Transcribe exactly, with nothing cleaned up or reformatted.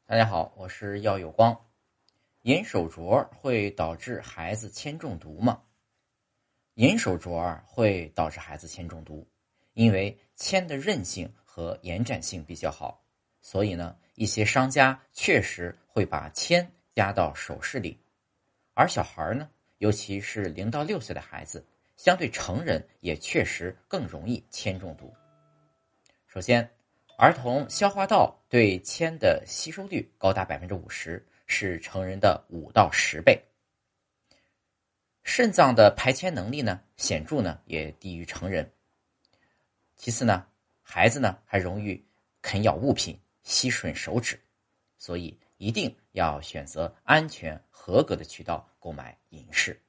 大家好，我是耀有光。银手镯会导致孩子铅中毒吗？银手镯会导致孩子铅中毒，因为铅的韧性和延展性比较好，所以呢，一些商家确实会把铅加到首饰里。而小孩呢，尤其是零到六岁的孩子，相对成人也确实更容易铅中毒。首先，儿童消化道对铅的吸收率高达百分之五十，是成人的五到十倍。肾脏的排铅能力呢，显著呢也低于成人。其次呢，孩子呢还容易啃咬物品、吸吮手指，所以一定要选择安全合格的渠道购买银饰。